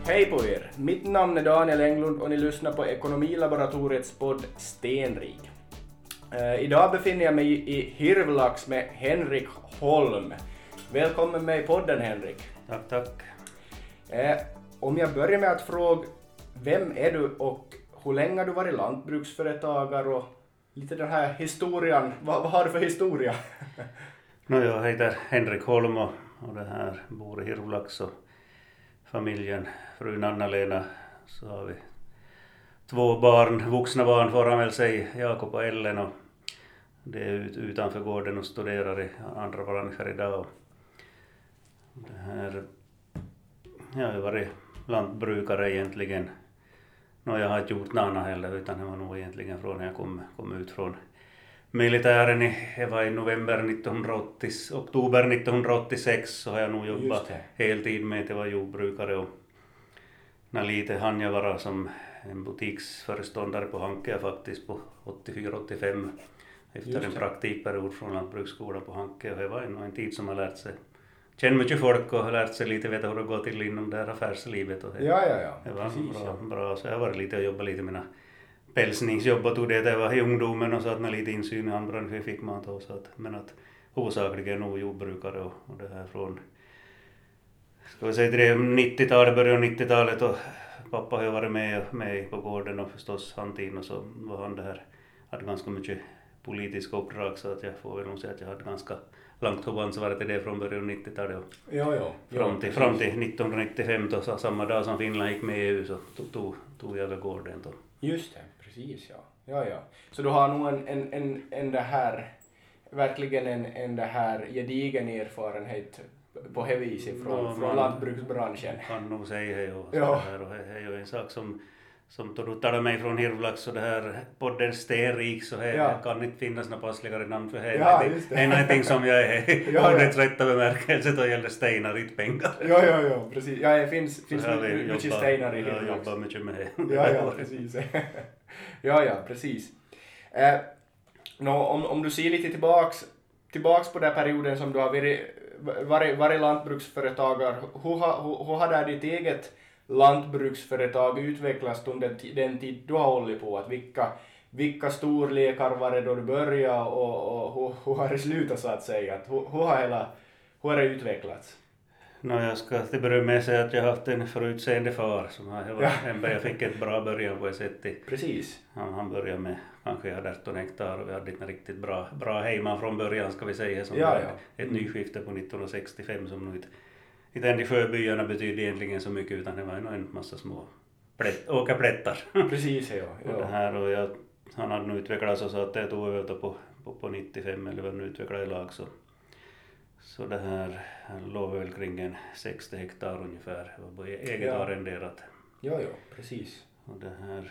Hej på er! Mitt namn är Daniel Englund och ni lyssnar på Ekonomilaboratoriets podd Stenrik. Idag befinner jag mig i Hirvlax med Henrik Holm. Välkommen med i podden, Henrik. Tack. Om jag börjar med att fråga, vem är du och hur länge har du varit lantbruksföretagare och lite den här historien, vad har du för historia? Jag heter Henrik Holm och det här bor i Hirvlax och familjen, frun Anna-Lena, så har vi 2 barn, vuxna barn får han väl säga, Jakob och Ellen, och det är utanför gården och studerar i andra branscher idag. Och det här, jag har varit lantbrukare egentligen. Jag har inte gjort något annat heller, utan det var nog egentligen från när jag kom ut från militären. Jag var i oktober 1986, så har jag nog jobbat heltid med att jag var jordbrukare, och när lite hann jag vara som en butiksföreståndare på Hanke faktiskt på 84-85 efter en praktikperiod från lantbruksskolan på Hanke, och det var en tid som har lärt sig känna mycket folk och har lärt sig lite hur det går till inom det här affärslivet. Och det var precis, bra. Så jag har varit lite och jobbat lite med mina pälsningsjobb och tog det jag var i ungdomen, och så att man lite insyn i andra branscher fick man då, så att, men att huvudsakligen nog jordbrukare och det här från, ska vi säga, det 90-talet, början 90-talet, och pappa har varit med på gården och förstås han, och så var han det här, hade ganska mycket politiska uppdrag, så att jag får väl nog säga att jag hade ganska långt huvudansvar till det från början 90-talet och fram till 1995 då, samma dag som Finland gick med i EU, så tog jag över gården då. Just det, precis ja. Så du har nog en det här, verkligen en det här gedigen erfarenhet på heviset från lantbruksbranschen. Kan nog säga det, och det är ju en sak som då du talar mig från Hirvlax och det här podden Stenrik, så här kan inte finnas några passligare namn för det. Det är någonting som jag är ordets rätta bemärkelse då gäller stenar, inte pengar. Ja, precis. Ja, det finns mycket stenar i Hirvlax. Jag jobbar mycket med det. Ja, precis. Ja, precis. Om du ser lite tillbaks på den perioden som du har varit lantbruksföretagare, hur har ditt eget lantbruksföretag utvecklats under den tid du har hållit på? Att vilka storlekar var det då du började och hur har det slutat, så att säga? Att hur har det utvecklats? Jag ska till början med säga att jag har haft en förutseende far som jag fick ett bra början på ett sätt. Precis. Han började med kanske 18 hektar och vi hade inte riktigt bra hemma från början, ska vi säga, som ett nyskifte på 1965 som nog inte än i sjöbyarna betydde egentligen så mycket, utan det var en massa små åkerplättar. Precis, ja. Och det här, och han hade nog utvecklats så att jag tog över på 95 eller vad nu utvecklade i lag, så det här låg väl kring en 60 hektar ungefär, det var eget arrenderat. Ja, precis. Och det här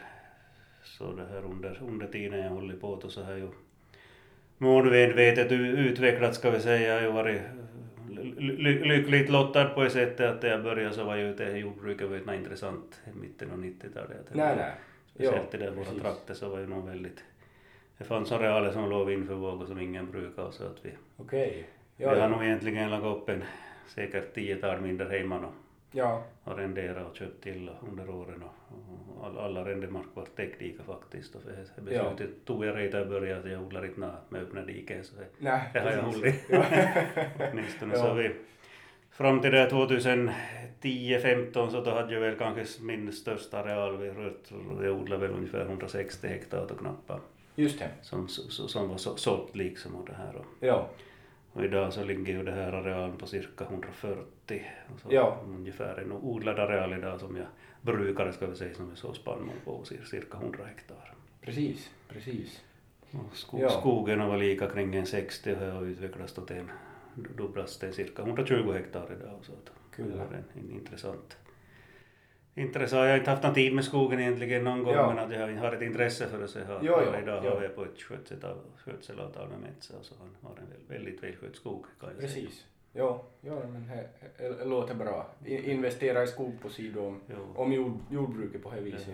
under tiden jag håller på så har ju målmedvetet utvecklat, ska vi säga. Jag har ju varit lyckligt lottad på ett sätt att jag började så var ju det jordbruket var ju intressant i mitten av 90-talet. Nej. Speciellt i våra trakter så var ju nog väldigt, det fanns arealer som låg inför vågor som ingen brukade, så att vi har nog egentligen lagt upp säkert 10-tal mindre hemman och arrendera och köpt till under åren, och alla arrendemark var täckdika faktiskt, och för det beslutet tog jag redan i början att jag odlar inte med öppna diken, så det har jag hållit. Åtminstone så vi fram till det 2010-15 så då hade jag väl kanske min största areal vi odlade väl ungefär 160 hektar och knappt. Just det. Som var sått liksom, och det här. Och idag så ligger ju det här arealen på cirka 140. Ungefär en odlad areal idag som jag brukar, ska vi säga, som är så spannmål på cirka 100 hektar. Precis. Och skogen var lika kring en 60 och har utvecklats till en dubblas till cirka 120 hektar idag. Så det är en intressant. Jag har inte haft någon tid med skogen egentligen någon gång, men att jag har ett intresse för det, så idag har jag på ett skötselavtal med Metsä, och så har en väldigt välskött skog, kan jag säga. Precis. Ja, men det låter bra. Investera i skog på sidan om jordbruket på det viset.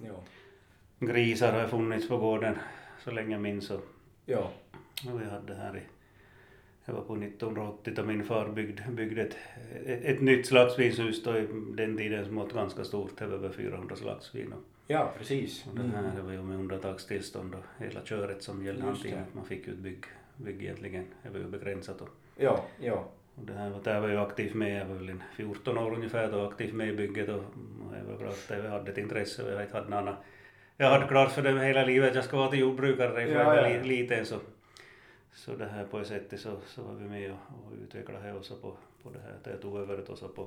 Grisar har funnits på gården så länge jag minns. Ja. Och vi hade här Jag var på 1980 då min far byggde ett nytt slaktsvinshus då i den tiden som var ganska stort, det var över 400 slaktsvin. Ja, precis. Och det här var ju med undantagstillstånd och hela köret som gällde antingen att man fick ut bygg egentligen, det var ju begränsat. Ja. Och det här var ju aktivt med, jag var väl 14 år ungefär då, aktivt med i bygget och jag var klart att jag hade ett intresse och jag inte hade någon annan. Jag hade klart för det hela livet att jag ska vara till jordbrukare för jag var liten så det här på ett sätt så var vi med och utvecklade det också på det här. Jag tog över det också på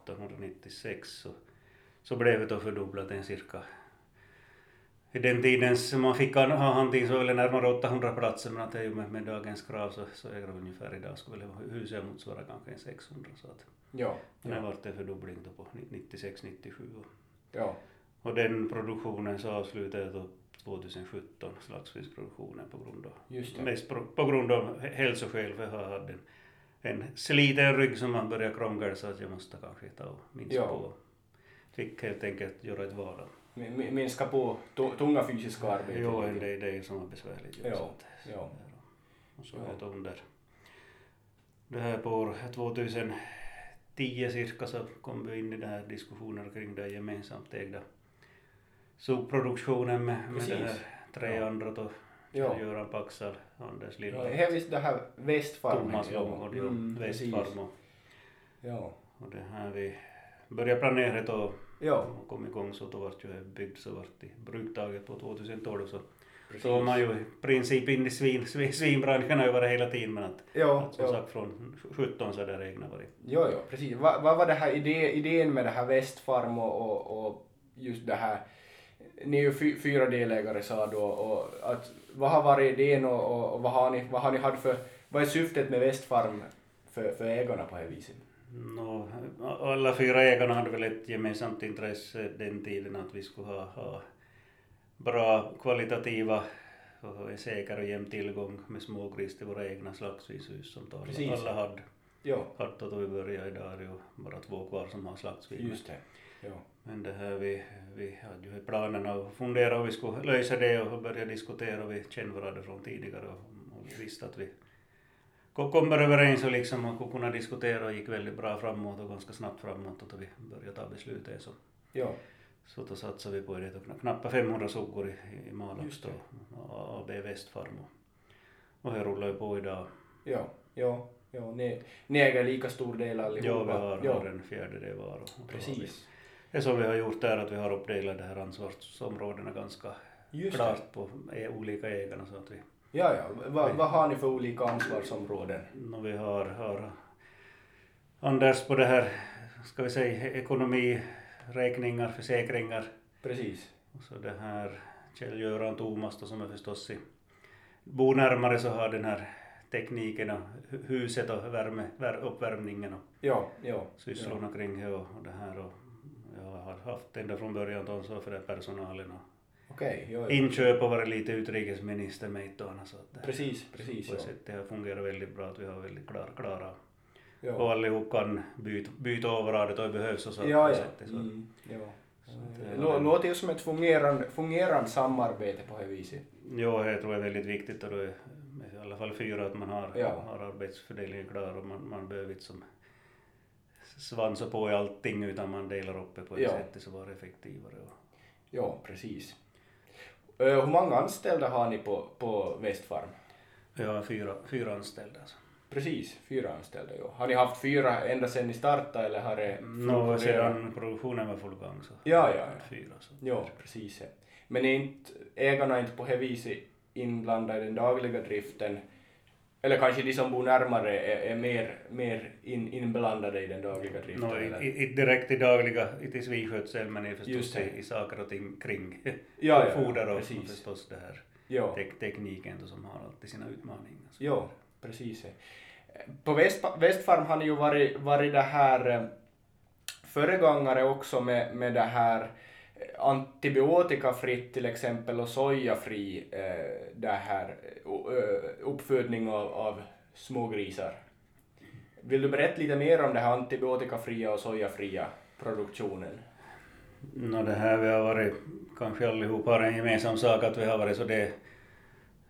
1996 så blev det då fördubblat en cirka. I den tiden som man fick ha någonting så var det närmare 800 platser men att det är ju med dagens krav så är det ungefär idag skulle huset motsvara kanske 600 så att det var en fördubbling då på 96-97. Ja. Och den produktionen så avslutade jag då 2017 slagsfiskproduktionen mest på grund av hälsoskäl för jag hade en sliten rygg som man började krångla så att jag måste kanske ta och minska på. Fick helt enkelt göra ett val. Minska på tunga fysiska arbete. Jo, det är som är besvärligt. Ja. Och så är det under det här på år 2010 cirka så kom vi in i den här diskussionen kring det gemensamt ägda soproduktionen med det här tre andra då. Göran Paxal, Anders Lilla. Ja, här visst det här Västfarmen. Thomas Långgård, Västfarmen. Ja. Och det här vi började planera då och kom igång så då var det ju byggd så var det bruktaget på 2012 så var man ju i princip in i svinbranschen har ju varit hela tiden men att som sagt från 17 så där egna varit. Ja, precis. Vad var det här idén med det här Västfarm och just det här, ni är ju 4 delägare sa då och att vad har varit idén och vad har ni haft för, vad är syftet med Västfarm för ägarna på det viset? Alla 4 ägarna hade väl ett gemensamt intresse den tiden att vi skulle ha bra kvalitativa och säker och jämn tillgång med smågris till våra egna slaktsvinshus som alla hade. Hade då vi började idag är ju bara 2 kvar som har slaktsvin. Just det. Ja. Men det här vi hade ju planen att fundera hur vi skulle lösa det och börja diskutera och vi kände varandra från tidigare och visste att vi kommer överens och liksom att kunna diskutera och gick väldigt bra framåt och ganska snabbt framåt och då vi började ta beslutet så då satsade vi på det och knappt 500 suggor i Malax och AB Västfarm och här rullar ju på idag. Ja, ni äger lika stor del allihopa. Ja, vi har en fjärdedel var. Precis. Det som vi har gjort är att vi har uppdelat det här ansvarsområdena ganska klart på olika ägarna så att vi. Vad har ni för olika ansvarsområden? Vi har Anders på det här, ska vi säga, ekonomi, räkningar, försäkringar. Precis. Och så det här Kjell-Göran Thomas då, som är förstås bor närmare så har den här tekniken och huset och uppvärmningen och sysslorna kring det och det här och jag har haft ända från början ansvar för det personalen och inköp och varit lite utrikesminister med ett och annat så att precis på ett sätt det har fungerat väldigt bra att vi har väldigt klara och allihop kan byta överallt och det behövs och så låter ju som ett fungerande samarbete på det viset. Jo, det tror jag är väldigt viktigt och då är i alla fall 4 att man har arbetsfördelningen klar och man behöver inte som svansa på i allting utan man delar upp det på ett sätt så var det effektivare. Ja, precis. Hur många anställda har ni på Västfarm? Jag har 4 anställda. Alltså. Precis, 4 anställda. Ja. Har ni haft 4 ända sedan ni startade eller har det sedan produktionen var full gång så 4. Så. Ja, precis. Men ägarna är inte på det viset inblandade i den dagliga driften eller kanske de som bor närmare är mer inblandade i den dagliga driften? Inte direkt i dagliga i svinskötsel men är förstås i saker och ting kring foder och förstås det här tekniken som har alltid sina utmaningar. Ja, precis. På Västfarm har ni ju varit det här föregångare också med det här antibiotikafritt till exempel och sojafri det här uppfödning av smågrisar. Vill du berätta lite mer om det här antibiotikafria och sojafria produktionen? Det här vi har varit kanske allihop har en gemensam sak att vi har varit så det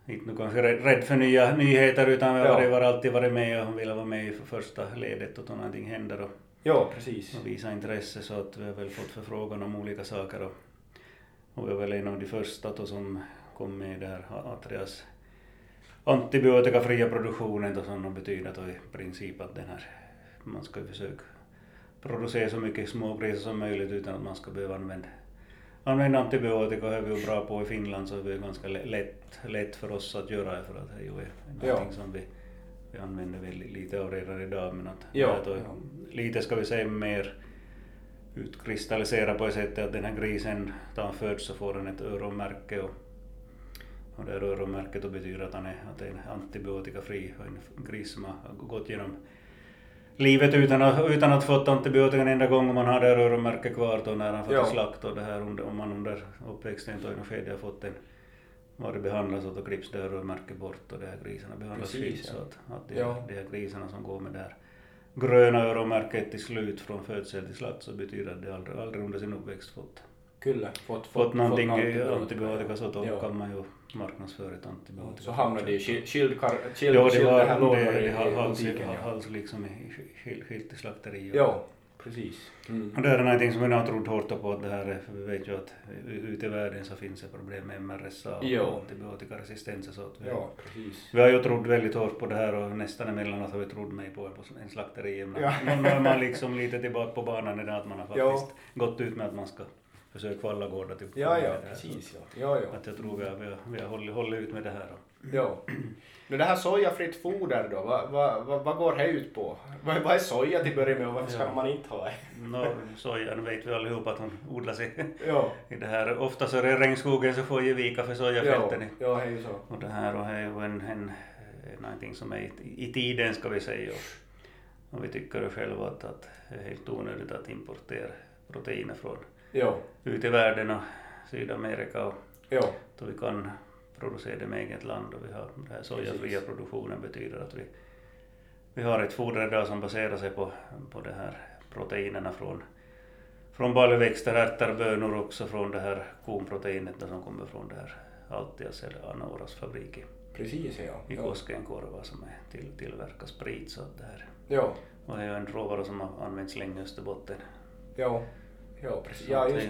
inte nu kanske rädd för nya nyheter utan vi har alltid varit med och vill vara med i första ledet och då någonting händer Ja, precis. Och visa intresse så att vi har väl fått förfrågan om olika saker och vi var väl en av de första då som kom med där Atrias antibiotikafria produktionen då, som betyder då i princip att den här, man ska försöka producera så mycket smågrisar som möjligt utan att man ska behöva använda antibiotika. Det är vi ju bra på i Finland så det är ganska lätt för oss att göra för att det är ju någonting som vi använder väldigt lite av redan idag men att lite ska vi säga mer utkristallisera på ett sätt att den här grisen tar föds så får den ett öronmärke och det öronmärket då betyder att det är en antibiotikafri en gris som har gått genom livet utan att fått antibiotika en enda gång om man har det öronmärke kvar då när han fått slakt och det här om man under uppväxten då i något skede har fått en varit behandlad så då klipps det öronmärke bort och de här grisarna behandlas fritt så att de här grisarna som går med det här gröna öronmärket till slut från födsel till slakt så betyder det aldrig under sin uppväxt fått någonting antibiotika så då kan man ju marknadsföra ett antibiotika. Så hamnar det i skild det här lådor hals liksom skilt i slakteri. Ja, precis. Och det är någonting som vi har trott hårt på att det här för vi vet ju att ute i världen så finns det problem med MRSA och antibiotikaresistens så att vi har ju trott väldigt hårt på det här och nästan emellanåt har vi trott mig på en slakteri. Nu är man liksom lite tillbaka på banan i det att man har faktiskt gått ut med att man ska försöka få alla gårdar till precis. Att jag tror vi har hållit ut med det här. Ja. Nu det här sojafritt foder då, vad går det ut på? Vad är soja till början med och varför ska man inte ha det? Soja, nu vet vi allihopa att hon odlas i det här. Ofta så är det regnskogen så får ju vika för sojafälten. Ja, det är ju så. Och det här och är ju någonting som är i tiden ska vi säga. Och vi tycker själva att det är helt onödigt att importera proteiner från ut i världen och Sydamerika och då vi kan producera det med eget land och vi har den här sojafria produktionen betyder att vi har ett foder idag som baserar sig på det här proteinerna från baljväxter, ärtor, bönor också från det här konproteinet som kommer från det här Altias eller Anoras fabrik i Koskenkorva som tillverkar sprit så att det här. Ja. Och det är en råvara som har använts länge i Österbotten. Ja, precis.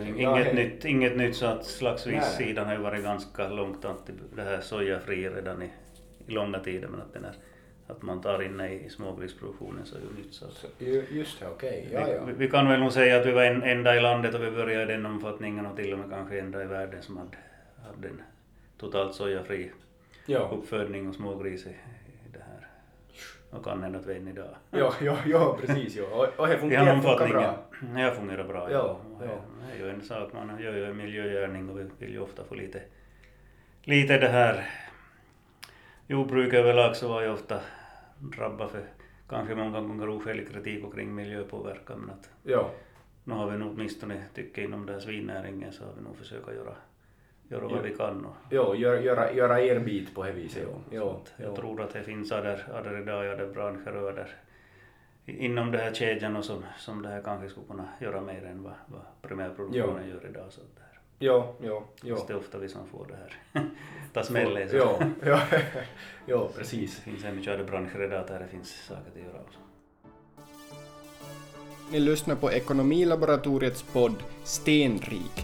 Inget nytt så att slagsvis-sidan har ju varit ganska långt det här sojafri redan i långa tider men att man tar in i smågrisproduktionen så är det nytt. Så just det, okej. Vi kan väl nog säga att vi var enda i landet och vi började i den omfattningen och till och med kanske enda i världen som hade en totalt sojafri uppfödning och smågris i det här. Och kan hända att vi är idag. Ja, precis. Och det funkar bra. Det fungerar bra. Ja. Det är ju en sak, man gör ju en miljögärning och vi vill ju ofta få lite det här. Jordbruk överlag så var ju ofta drabba för kanske många gånger oskälig kritik och kring miljöpåverkan men att nu har vi nog åtminstone tycker inom den här svinnäringen så har vi nog försökt göra vad vi kan. Göra er bit på det viset. Jag tror att det finns där idag där branscher och där inom det här kedjan och som det här kanske skulle kunna göra mer än vad primärproduktionen gör idag. Så där. Ja. Det är ofta vi som får det här. Ta smällen. Ja, precis. Det finns en mycket branscher idag där det finns saker att göra också. Ni lyssnar på Ekonomilaboratoriets podd Stenrik.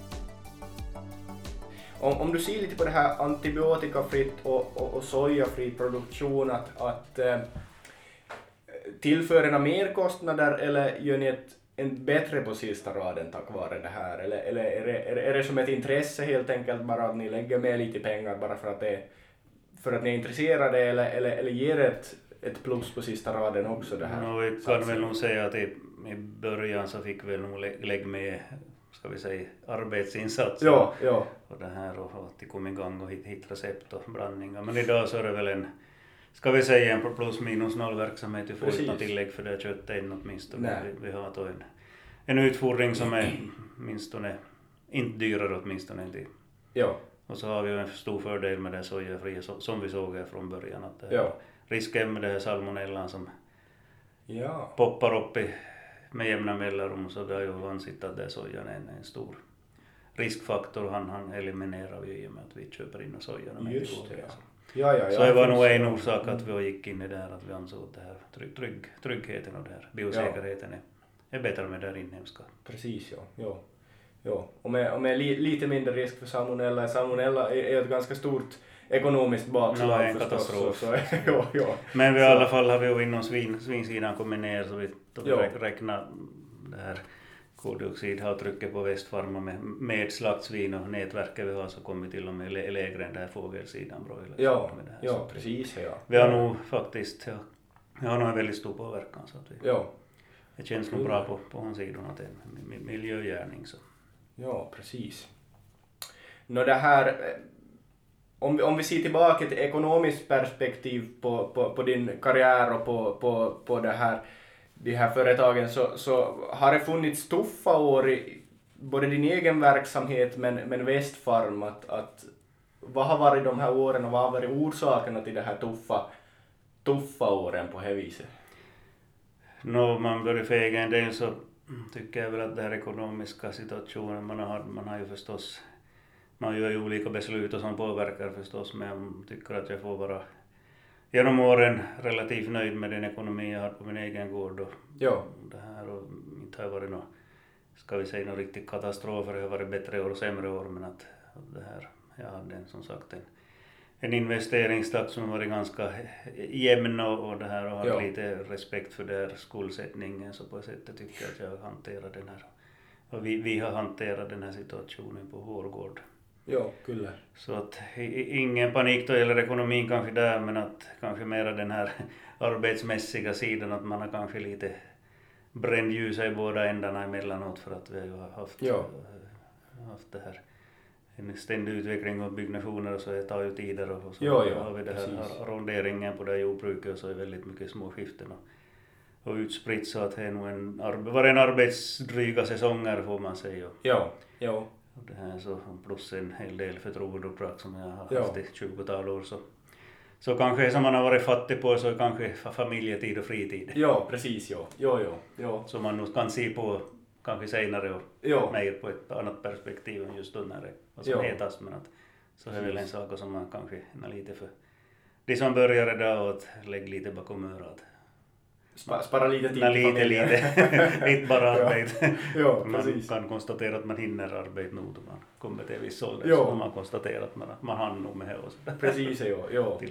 Om du ser lite på det här antibiotikafritt och sojafri produktion att tillför ni merkostnader eller gör ni en bättre på sista raden tack vare det här eller är det som ett intresse helt enkelt bara att ni lägger med lite pengar bara för att ni är intresserade eller ger ett plus på sista raden också det här? Vi kan väl nog säga att i början så fick vi nog lägga med ska vi säga arbetsinsats och det här och att det kom igång och hitta recept och blandningar men idag så är det väl ska vi säga en plus minus noll verksamhet i får tillägg för det köttet in åtminstone. Vi har då en utfodring som är åtminstone inte dyrare åtminstone inte. Och så har vi en stor fördel med det sojafria som vi såg här från början att risken med det här salmonellan som poppar upp med jämna mellanrum så det har ju ansett att det sojan är en stor riskfaktor han eliminerar ju i och med att vi köper in och soja. Just det, ja. Så det var nog en orsak att vi gick in i det här, att vi ansåg att det här tryggheten och det här biosäkerheten är bättre med det inhemska. Precis, ja. Och med lite mindre risk för salmonella. Salmonella är ett ganska stort ekonomiskt bakslag en katastrof. Ja. Men i alla fall har vi ju inom svinsidan kommit ner, så vi räknar det här koldioxidavtrycket på Västfarma med slaktsvin och nätverket vi har, så kommer vi till och med lägre än det här fågelsidan broiler. Ja, precis. Ja. Vi har nog faktiskt, jag har nog en väldigt stor påverkan, så att det känns nog bra på hans sidor att det är en miljögärning. Så. Ja, precis. Det här, om vi ser tillbaka till ekonomiskt perspektiv på din karriär och på de här företagen, så har det funnits tuffa år i både din egen verksamhet men Västfarm, att vad har varit de här åren och vad har varit orsakerna till de här tuffa åren på det viset? Man börjar för egen del, så tycker jag väl att den här ekonomiska situationen man har ju förstås, man gör ju olika beslut och som påverkar förstås, men jag tycker att jag får vara genom åren relativt nöjd med den ekonomi jag har på min egen gård och det här, och inte har varit några riktigt katastrofer, det har varit bättre år och sämre år, men att det här, jag hade som sagt en investeringstakt som har varit ganska jämn och det här, och har lite respekt för där skuldsättningen, så på ett sätt tycker jag att jag hanterar den här, och vi har hanterat den här situationen på vår gård. Ja, kyllä. Så att ingen panik då gäller ekonomin kanske där, men att kanske mera den här arbetsmässiga sidan, att man har kanske lite bränd ljus i båda ändarna emellanåt, för att vi har haft det här en ständig utveckling och byggnationer, och så det tar ju tider, och så har vi det här arronderingen på det jordbruket, och så är väldigt mycket små skiften och utspritt, så att det är nog var en arbetsdryga säsonger får man säga. Ja. Och det här, så plus en hel del förtroendeuppdrag som jag har haft i 20-tal år, så kanske som man har varit fattig på, så kanske familjetid och fritid. Ja, precis, ja. Så man nog kan se på kanske senare och mer på ett annat perspektiv än just då när det var som hetast, men att så är väl en sak som man kanske är lite för de som börjar idag, och att lägga lite bakom örat. Spara lite tid till familjen. Inte bara arbete. Man precis. kan konstatera att man hinner arbeta nog då man kommer till viss ålder, så man konstaterar att man har nog med det. Precis, ja.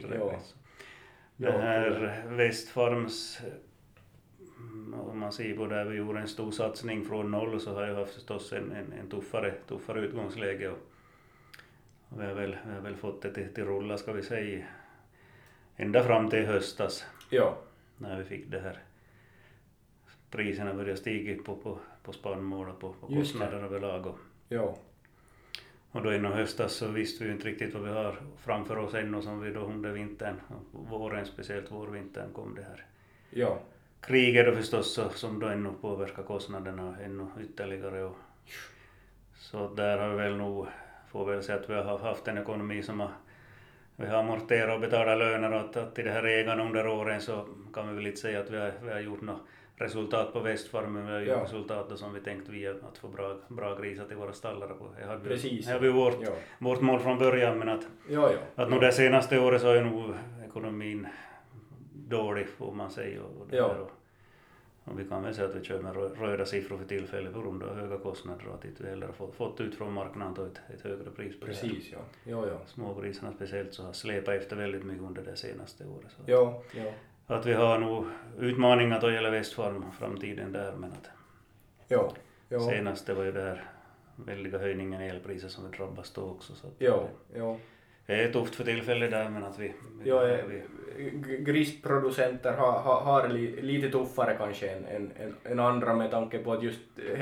Det här Västfarms, om man ser på där vi gjorde en stor satsning från noll, så har jag haft förstås en tuffare utgångsläge, och vi har väl fått det till rulla, ska vi säga, ända fram till höstas. När vi fick det här priserna började stiga på spannmål och på kostnader överlag. Och då inom höstas så visste vi inte riktigt vad vi har framför oss ännu, som vi då under vintern, våren, speciellt vårvintern, kom det här kriget då förstås, som då ännu påverkar kostnaderna ännu ytterligare. Och så där har vi väl nog, får väl säga att vi har haft en ekonomi som vi har amorterat och betalat löner, och att i det här regan under åren så kan vi väl inte säga att vi har gjort något resultat på Västfarmen. Vi har gjort resultat som vi tänkt via att få bra grisar till våra stallar. Det har vi vårt mål från början, men att nog det senaste året så är nog ekonomin dålig, får man säga. Och vi kan väl säga att vi kör med röda siffror för tillfället på grund av höga kostnader, och att vi heller fått ut från marknaden ett högre pris på det. Precis, ja. Smågrisarna speciellt så har släpat efter väldigt mycket under det senaste året. Så att vi har nog utmaningar då gäller Västfarm framtiden där, men att senaste var ju det här väldiga höjningen i elpriser som vi drabbas då också. Så att det är tufft för tillfället där, men att vi grisproducenter har lite tuffare kanske än andra, med tanke på att just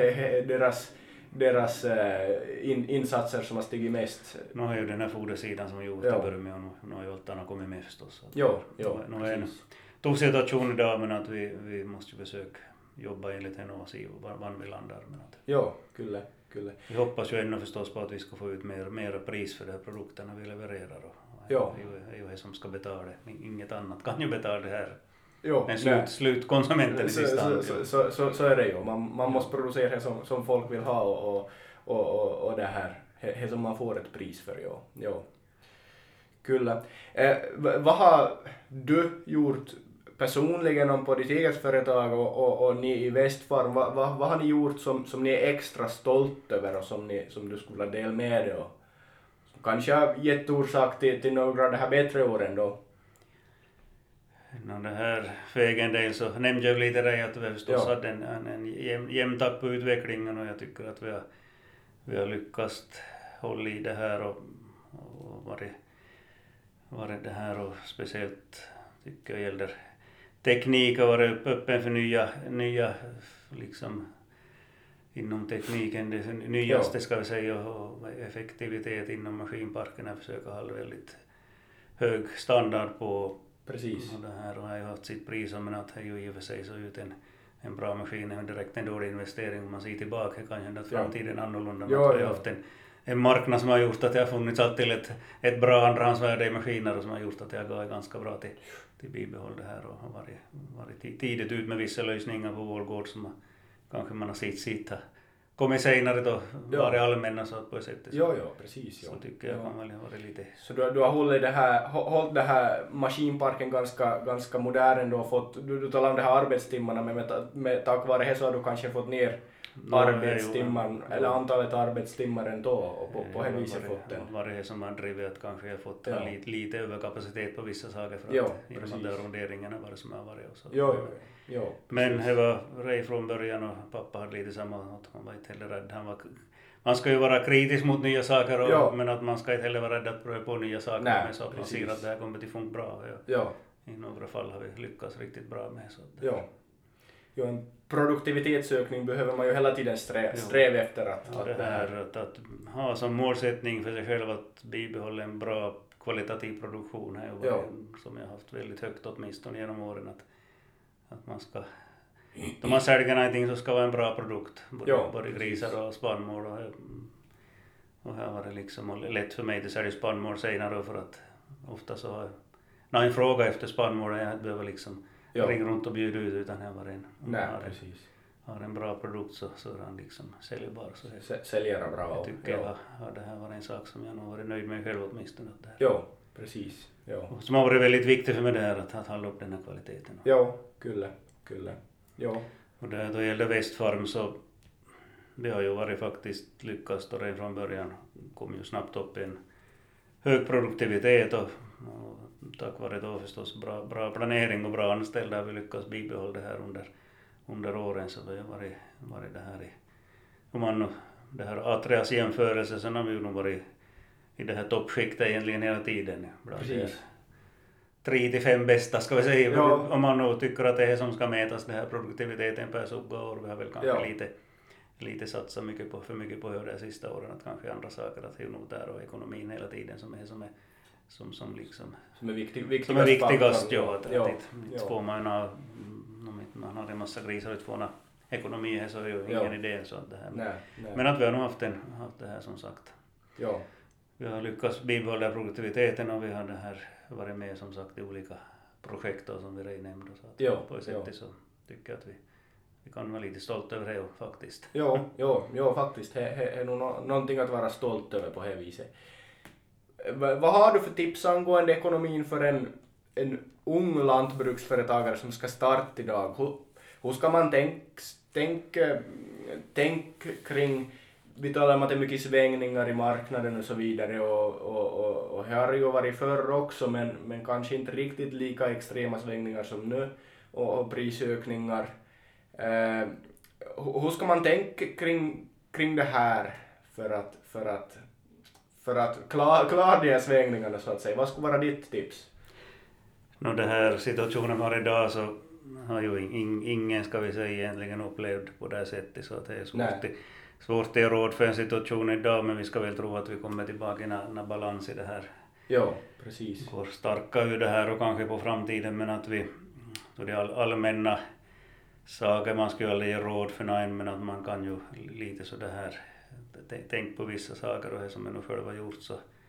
deras insatser som har stigit mest. Nu har ju den här fodersidan som gjort att börja med, och nu har ju Oltarna kommit med förstås. Nu är en tuff situation idag, men att vi måste ju försöka jobba enligt henne och se var vi landar. Men att Kyllä. Vi hoppas ju ännu förstås på att vi ska få ut mer pris för de här produkterna vi levererar. Det är ju det som ska betala det. Inget annat kan ju betala det här. Men slutkonsumenten i sista hand. Så är det ju. Man måste producera som folk vill ha, och det här det som man får ett pris för. Ja. Kyllä. Vad har du gjort personligen på ditt eget företag och ni i Westfarm, vad har ni gjort som ni är extra stolt över och som du skulle dela med dig och som kanske har gett orsak till några av de här bättre åren då? Det här för egen del så nämnde jag lite det att vi förstås hade en jämn takt på utvecklingen och jag tycker att vi har lyckats hålla i det här och varit det här och speciellt tycker jag gäller teknik och varit öppen för nya liksom inom tekniken, det nyaste ska vi säga och effektivitet inom maskinparken jag försöker hålla väldigt hög standard på. Precis. Och det här och har ju haft sitt pris men att det ju i och för sig så ut en bra maskin är direkt en dålig investering om man ser tillbaka kanske att framtiden är annorlunda men att vi har haft en marknad som har gjort att jag har funnits till ett bra andrahandsvärde i maskiner och som har gjort att jag går ganska bra till bibehåll det här och har varit tidigt ut med vissa lösningar på vår gård som kanske man har sett kommit senare då varit allmänna så på ett sätt. Ja, precis. Så tycker jag kan väl vara lite. Så du har hållit det här maskinparken ganska modern då fått, du talar om de här arbetstimmarna men tack vare det så har du kanske fått ner arbetstimmar eller antalet arbetstimmar ändå och på det viset fått den. Var det som har drivit att kanske jag fått lite överkapacitet på vissa saker för att inom de där ronderingarna var det som har varit och så. Ja, men det var rej från början och pappa hade lite samma att han var inte heller rädd. Man ska ju vara kritisk mot nya saker men att man ska inte heller vara rädd att pröva på nya saker med så att man ser att det här kommer till funka bra. I några fall har vi lyckats riktigt bra med så att en produktivitetsökning behöver man ju hela tiden sträva efter att ha som målsättning för sig själv att bibehålla en bra kvalitativ produktion här som jag har haft väldigt högt åtminstone genom åren att man ska om man säljer någonting så ska vara en bra produkt både grisar och spannmål och här var det liksom lätt för mig att sälja spannmål senare för att ofta så har när en fråga efter spannmål jag behöver liksom ringa runt och bjuda ut utan här var har en bra produkt så är han liksom säljbar så säljer bra. Jag tycker det här var en sak som jag nog varit nöjd med själv åtminstone att det här. Ja, precis. Och som har varit väldigt viktigt för mig det här att hålla upp den här kvaliteten. Ja, kyllä. Ja. Och det då gäller Westfarm så vi har ju varit faktiskt lyckats då redan från början kom ju snabbt upp en hög produktivitet och tack vare då förstås bra planering och bra anställda har vi lyckats bibehålla det här under åren så vi har varit det här om man det här Atreas jämförelse så har vi ju nog varit i det här toppskiktet egentligen hela tiden. Precis. 3 till 5 bästa ska vi säga om man nog tycker att det är som ska mätas det här produktiviteten per subgår. Vi har väl kanske lite satsat för mycket på det sista åren att kanske andra saker att det är nog där och ekonomin hela tiden som är viktigast att får man har en massa grisar ut från ekonomi här så är ju ingen idé så att det här men att vi har nog haft det här som sagt. Vi har lyckats bibehålla produktiviteten och vi har det här varit med som sagt i olika projekt som vi redan nämnde så att på ett sätt så tycker jag att vi kan vara lite stolta över det faktiskt. Ja, faktiskt. Det är nog någonting att vara stolt över på det viset. Vad har du för tips angående ekonomin för en ung lantbruksföretagare som ska starta idag? Hur ska man tänka kring, vi talar om att det är mycket svängningar i marknaden och så vidare och här har ju varit förr också men kanske inte riktigt lika extrema svängningar som nu och prisökningar. Hur ska man tänka kring det här för att klara de här svängningarna så att säga? Vad skulle vara ditt tips? Den här situationen var idag så har ju ingen ska vi säga egentligen upplevt på det här sättet så att det är svårt att ge råd för en situation idag men vi ska väl tro att vi kommer tillbaka i en balans i det här. Ja, precis. Går starka ur det här och kanske på framtiden men att vi då det allmänna saker man skulle aldrig ge råd för någon men att man kan ju lite så det här tänk på vissa saker och det som jag nu själv har gjort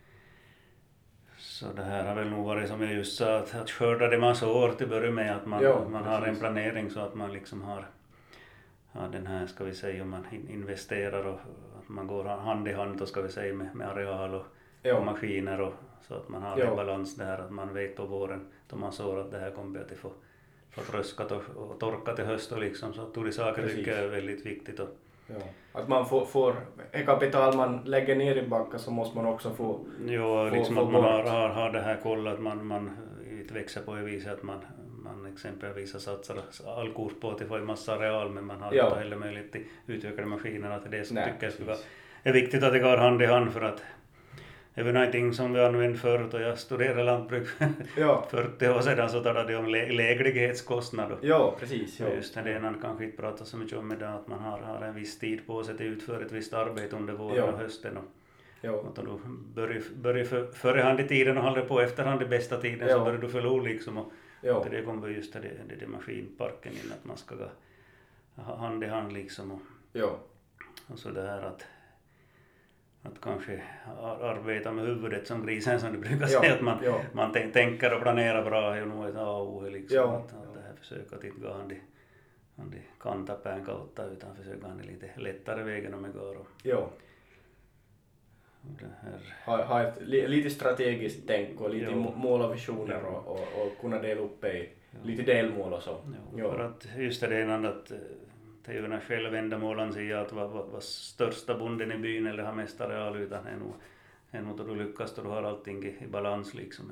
så det här har väl nog varit som jag just sa att skörda det massa år till börja med att man har en planering så att man liksom har den här, ska vi säga, om man investerar och att man går hand i hand, då ska vi säga, med areal och maskiner, och så att man har en balans där, att man vet på våren då man sår att det här kommer att få tröskat och torka till höst, och liksom, så att de saker tycker jag är väldigt viktigt. Att man får ett kapital man lägger ner i banken, så måste man också få liksom att man har det här kollat, att man inte växer på det viset att man exempelvis satsar all kort på att få en massa areal, men man har inte heller möjlighet till utvecklade maskinerna till det, som tycker jag är viktigt att det går hand i hand, för att det var någonting som vi använde förut, och jag studerade lantbruk 40 år sedan, så talade de om läglighetskostnader. Ja, precis. Ja. Just det, man kanske inte pratar så mycket om idag, att man har en viss tid på sig att utföra ett visst arbete under våren och hösten. Och då börjar förehand i tiden och håller på efterhand i bästa tiden, så börjar du förlora liksom. Och det kommer just det maskinparken in, att man ska gå hand i hand liksom. Och så det här att kanske arbeta med huvudet som grisen, som du brukar säga, att man tänker och planerar bra, är nog ett A-O liksom, att det här försöka att inte gå hand i kantapään kautta, utan försöka hand i lite lättare vägen om det går. Ha ett lite strategiskt tänk och lite mål och visioner och kunna dela upp i lite delmål och så. För att just det ena att det är ju när självändamål anser jag att vad största bonden i byn eller har mest areal, utan är nog då du lyckas, då du har allting i balans liksom.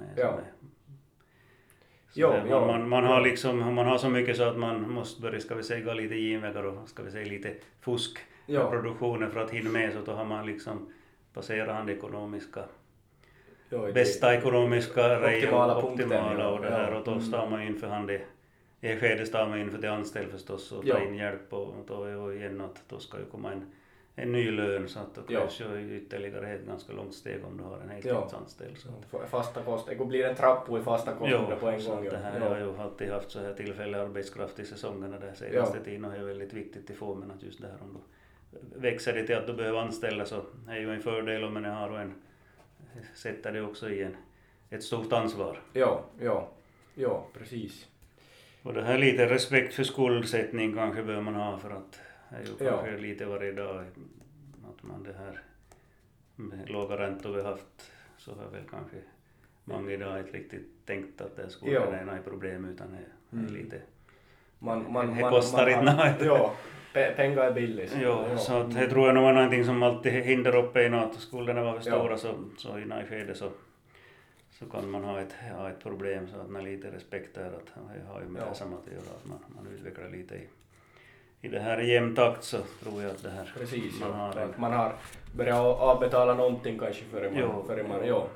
Man har liksom, man har så mycket så att man måste börja, ska vi säga, lite genvägar och ska vi säga lite fusk med produktionen för att hinna med, så då har man liksom passerat han ekonomiska bästa ekonomiska optimala och det här, och då står man inför han det. I skedet står man inför det anställd förstås och ta in hjälp, och då är ju igen att då ska ju komma en ny lön, så att då krävs ju ytterligare ett ganska långt steg om du har en heltidsanställd. Fasta kost, det blir en trappa i fasta kostnader på en gång. Det här har ju alltid haft så här tillfällig arbetskraft i säsongerna där senaste tiden, och det är väldigt viktigt att få, men att just det här om du växer det till att du behöver anställa, så är ju en fördel om man har, och sätter det också i ett stort ansvar. Ja, precis. Och det här lite respekt för skuldsättning kanske behöver man ha, för att det är ju kanske lite varje dag att man det här med låga räntor vi haft, så har väl kanske många idag inte riktigt tänkt att det skulle vara något problem, utan det är lite det kostar inte. Pengar är billigt. Så att det tror jag nog är någonting som alltid hindrar uppe i något. Skulderna var för stora, så i något skede så kan man ha ett problem, så att när lite respekt är att jag har ju med det samma att göra, att man utvecklar lite i det här jämn takt, så tror jag att det här man har börjat avbetala någonting kanske före man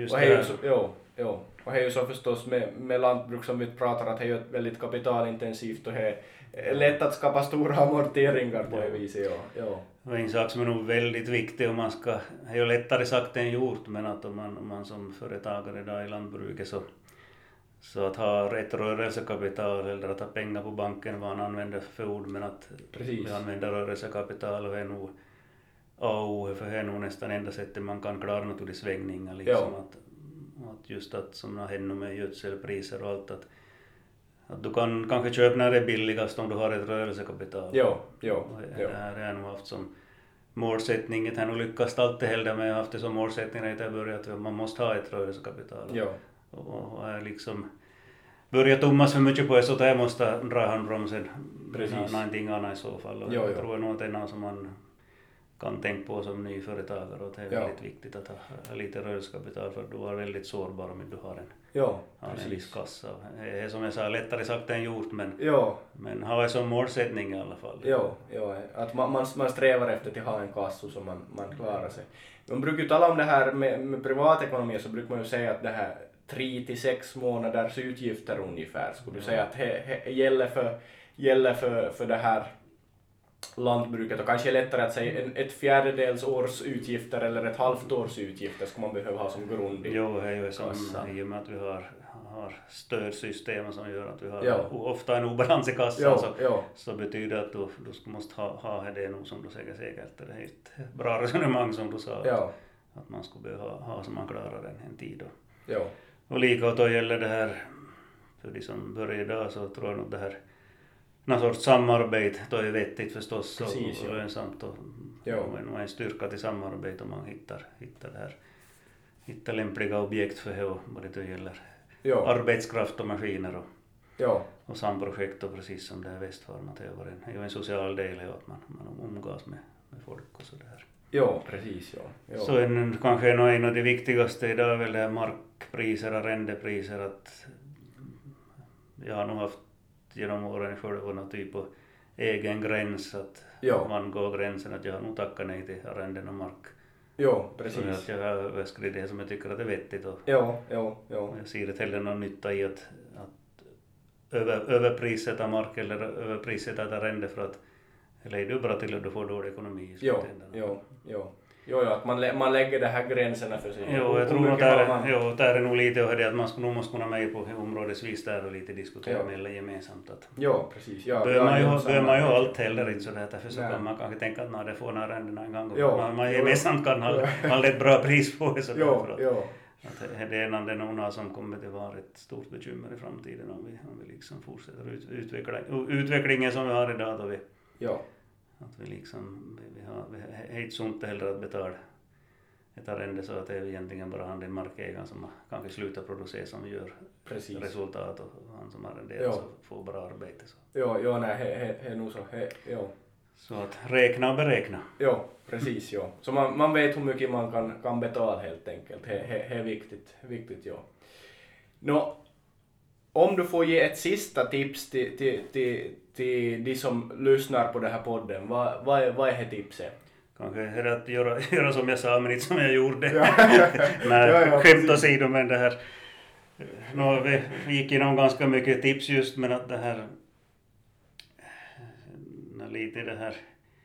och det är ju så förstås med lantbruk som vi pratar, att det är ju ett väldigt kapitalintensivt, och det är lätt att skapa stora amorteringar på det viset. Och en sak som är nog väldigt viktig, om man ska, det är ju lättare sagt än gjort, men att om man som företagare idag i lantbruket så att ha rätt rörelsekapital, eller att ha pengar på banken vad man använder för ord, men att vi använder rörelsekapital, och är nog AO, för det är nog nästan enda sättet man kan klara naturliga svängningar liksom, att just att som har hänt med gödselpriser och allt, att du kan kanske köpa när det är billigast om du har ett rörelsekapital. Det här är nog haft som målsättning, att jag har nog lyckats alltid heller, men jag har haft det som målsättning när jag börjat att man måste ha ett rörelsekapital. Och jag liksom börjat tummas för mycket på det, så att jag måste dra handbromsen. Någonting annat i så fall. Och jag tror nog att det är något som man kan tänka på som ny företagare, och det är väldigt viktigt att ha lite rörelsekapital, för du är väldigt sårbar om du har en viss kassa. Det är som jag sa lättare sagt än gjort, men har det som målsättning i alla fall. Att man strävar efter att ha en kassa som man klarar sig. Man brukar ju tala om det här med privatekonomi, så brukar man ju säga att det här 3 till 6 månaders utgifter ungefär, skulle du säga att det gäller för det här lantbruket, och kanske är lättare att säga ett fjärdedels års utgifter eller ett halvt års utgifter ska man behöva ha som grund i det är ju som, i och med att vi har stödsystem som gör att vi har ofta en obalans i kassan, så betyder det att du måste ha det nog, som du säger säkert. Det är ett bra resonemang som du sa, att man skulle behöva ha som man klarar en tid. Och lika då gäller det här för de som börjar idag, så tror jag nog det här någon sorts samarbete, då är vettigt förstås. Precis, och lönsamt och en styrka till samarbete om man hittar det här. Hitta lämpliga objekt för det, både det gäller arbetskraft och maskiner och samprojekt, och precis som det är Västfarmat, det är ju en social del av att man umgås med folk och sådär. Ja, precis. Ja. Så kanske en av de viktigaste idag är väl det här markpriser, arrendepriser, att jag har nog haft genom åren själv någon typ av egen gräns, att man går gränsen att jag har nog tackat nej till arrenden och mark. Ja, precis. Så att jag har överskridit det som jag tycker att det är vettigt. Och jag ser inte heller någon nytta i att överpriset av mark eller överpriset av arrende, för att det leder ju bara till att du får dålig ekonomi i slutändan. Ja, att man lägger de här gränserna för sig. Jo, jag tror att det är nog lite och det att man måste kunna med på områdesvis där och lite diskutera med eller gemensamt. Att precis. Bör man ju allt heller inte sådär, därför så kan man kanske tänka att det får några ränderna en gång. Man gemensamt kan ha ett bra pris på det. Att det är någon som kommer att vara ett stort bekymmer i framtiden om vi liksom fortsätter utvecklingen som vi har idag. Då vi att vi är inte sunt heller att betala ett arrende, så att det är egentligen bara han den markägaren som kanske slutar producera som gör resultat, och han som arrenderar så får bara arbete. Så. Det är nog så. Så att räkna och beräkna. Ja, precis. Så man vet hur mycket man kan betala helt enkelt. Det är viktigt. Om du får ge ett sista tips till de som lyssnar på den här podden, vad är det tipset? Kanske är det att göra som jag sa, men inte som jag gjorde. Skämt åsido, men det här. Vi gick igenom ganska mycket tips just, men att det här lite det här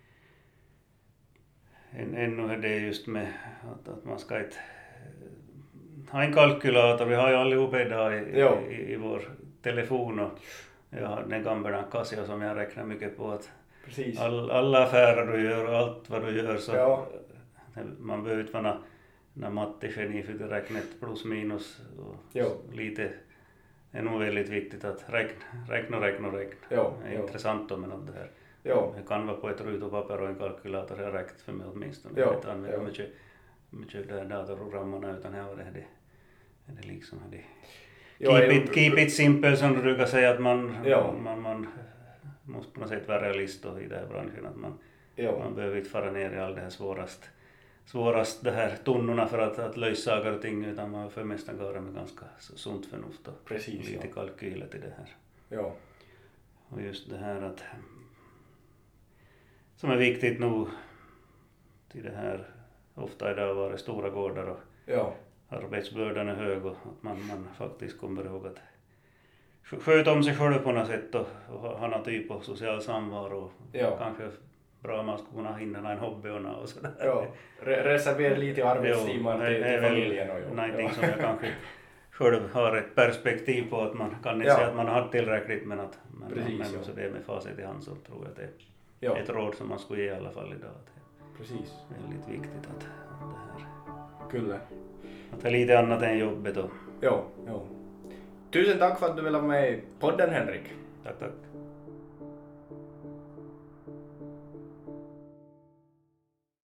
ännu är det just med att man ska inte ha en kalkylator. Vi har ju allihop idag i vår telefon, och jag har den gamla Casio som jag räknar mycket på, att alla affärer du gör och allt vad du gör, så man behöver inte vara någon mattegeni för att räkna ett plus minus, och lite är nog väldigt viktigt att räkna. Det är intressant då, men att det här det kan vara på ett rutopapper och en kalkylator, det har räckt för mig åtminstone. Jag vet använda mycket där datorprogrammarna, utan här var det liksom keep it simple, som du brukar säga, att man måste på något sätt vara realist i den här branschen, att man behöver inte fara ner i all det här svårast det här tunnorna för att lösa saker och ting, utan man för mestan går med ganska sunt förnuft och lite kalkyler till det här. Och just det här att som är viktigt nog till det här, ofta idag var det stora gårdar och arbetsbördan är hög, och att man faktiskt kommer ihåg att sköta om sig själv på något sätt och ha någon typ av social samvaro, kanske bra om man skulle kunna hinna en hobby och sådär. Reservera lite arbetstimmar till familjen. Någonting som jag kanske själv har ett perspektiv på, att man kan inte säga att man har tillräckligt, men att så det med facit i hand, så tror jag att det är ett råd som man skulle ge i alla fall idag. Precis. Det är väldigt viktigt att det här. Kyllä. Att det är lite annat än jobbet. Ja. Tusen tack för att du ville vara med i podden, Henrik. Tack.